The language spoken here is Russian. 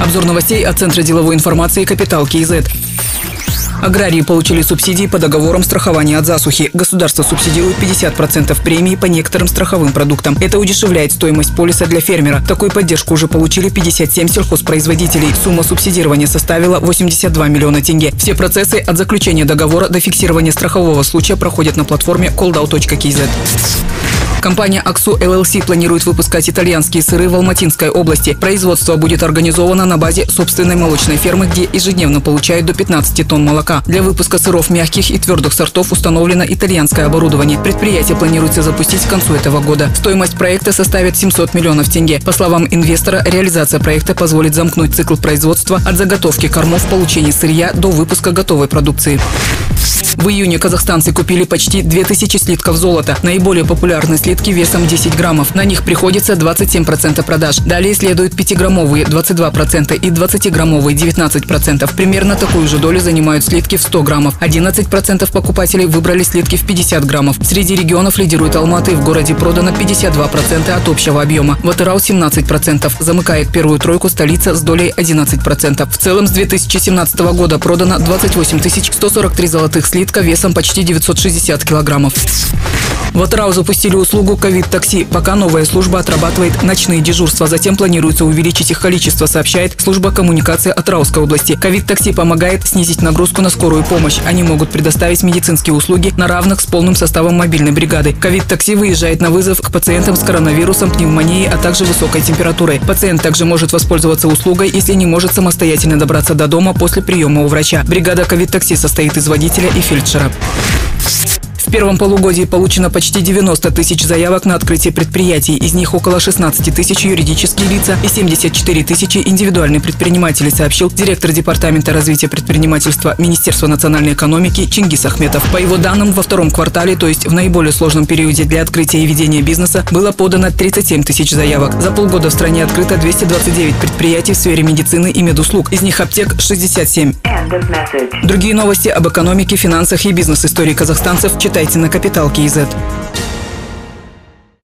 Обзор новостей от Центра деловой информации «Капитал КИЗ». Аграрии получили субсидии по договорам страхования от засухи. Государство субсидирует 50% премии по некоторым страховым продуктам. Это удешевляет стоимость полиса для фермера. Такую поддержку уже получили 57 сельхозпроизводителей. Сумма субсидирования составила 82 миллиона тенге. Все процессы от заключения договора до фиксирования страхового случая проходят на платформе calldow.kz. Компания «Аксу ЛЛС» планирует выпускать итальянские сыры в Алматинской области. Производство будет организовано на базе собственной молочной фермы, где ежедневно получают до 15 тонн молока. Для выпуска сыров мягких и твердых сортов установлено итальянское оборудование. Предприятие планируется запустить к концу этого года. Стоимость проекта составит 700 миллионов тенге. По словам инвестора, реализация проекта позволит замкнуть цикл производства от заготовки кормов, получения сырья до выпуска готовой продукции. В июне казахстанцы купили почти 2000 слитков золота. Наиболее популярны слитки весом 10 граммов. На них приходится 27% продаж. Далее следуют 5-граммовые 22% и 20-граммовые 19%. Примерно такую же долю занимают слитки в 100 граммов. 11% покупателей выбрали слитки в 50 граммов. Среди регионов лидирует Алматы. В городе продано 52% от общего объема. В Атырау 17%. Замыкает первую тройку столица с долей 11%. В целом с 2017 года продано 28 143 золотых слитка весом почти 960 килограммов. В Атырау запустили услугу ковид-такси. Пока новая служба отрабатывает ночные дежурства. Затем планируется увеличить их количество, сообщает служба коммуникации Атырауской области. Ковид-такси помогает снизить нагрузку на скорую помощь. Они могут предоставить медицинские услуги на равных с полным составом мобильной бригады. Ковид-такси выезжает на вызов к пациентам с коронавирусом, пневмонией, а также высокой температурой. Пациент также может воспользоваться услугой, если не может самостоятельно добраться до дома после приема у врача. Бригада ковид-такси состоит из водителя и фельдшера. В первом полугодии получено почти 90 тысяч заявок на открытие предприятий. Из них около 16 тысяч юридические лица и 74 тысячи индивидуальные предприниматели, сообщил директор Департамента развития предпринимательства Министерства национальной экономики Чингис Ахметов. По его данным, во втором квартале, то есть в наиболее сложном периоде для открытия и ведения бизнеса, было подано 37 тысяч заявок. За полгода в стране открыто 229 предприятий в сфере медицины и медуслуг. Из них аптек 67. Другие новости об экономике, финансах и бизнес-истории казахстанцев читайте на Капитал КИЗ.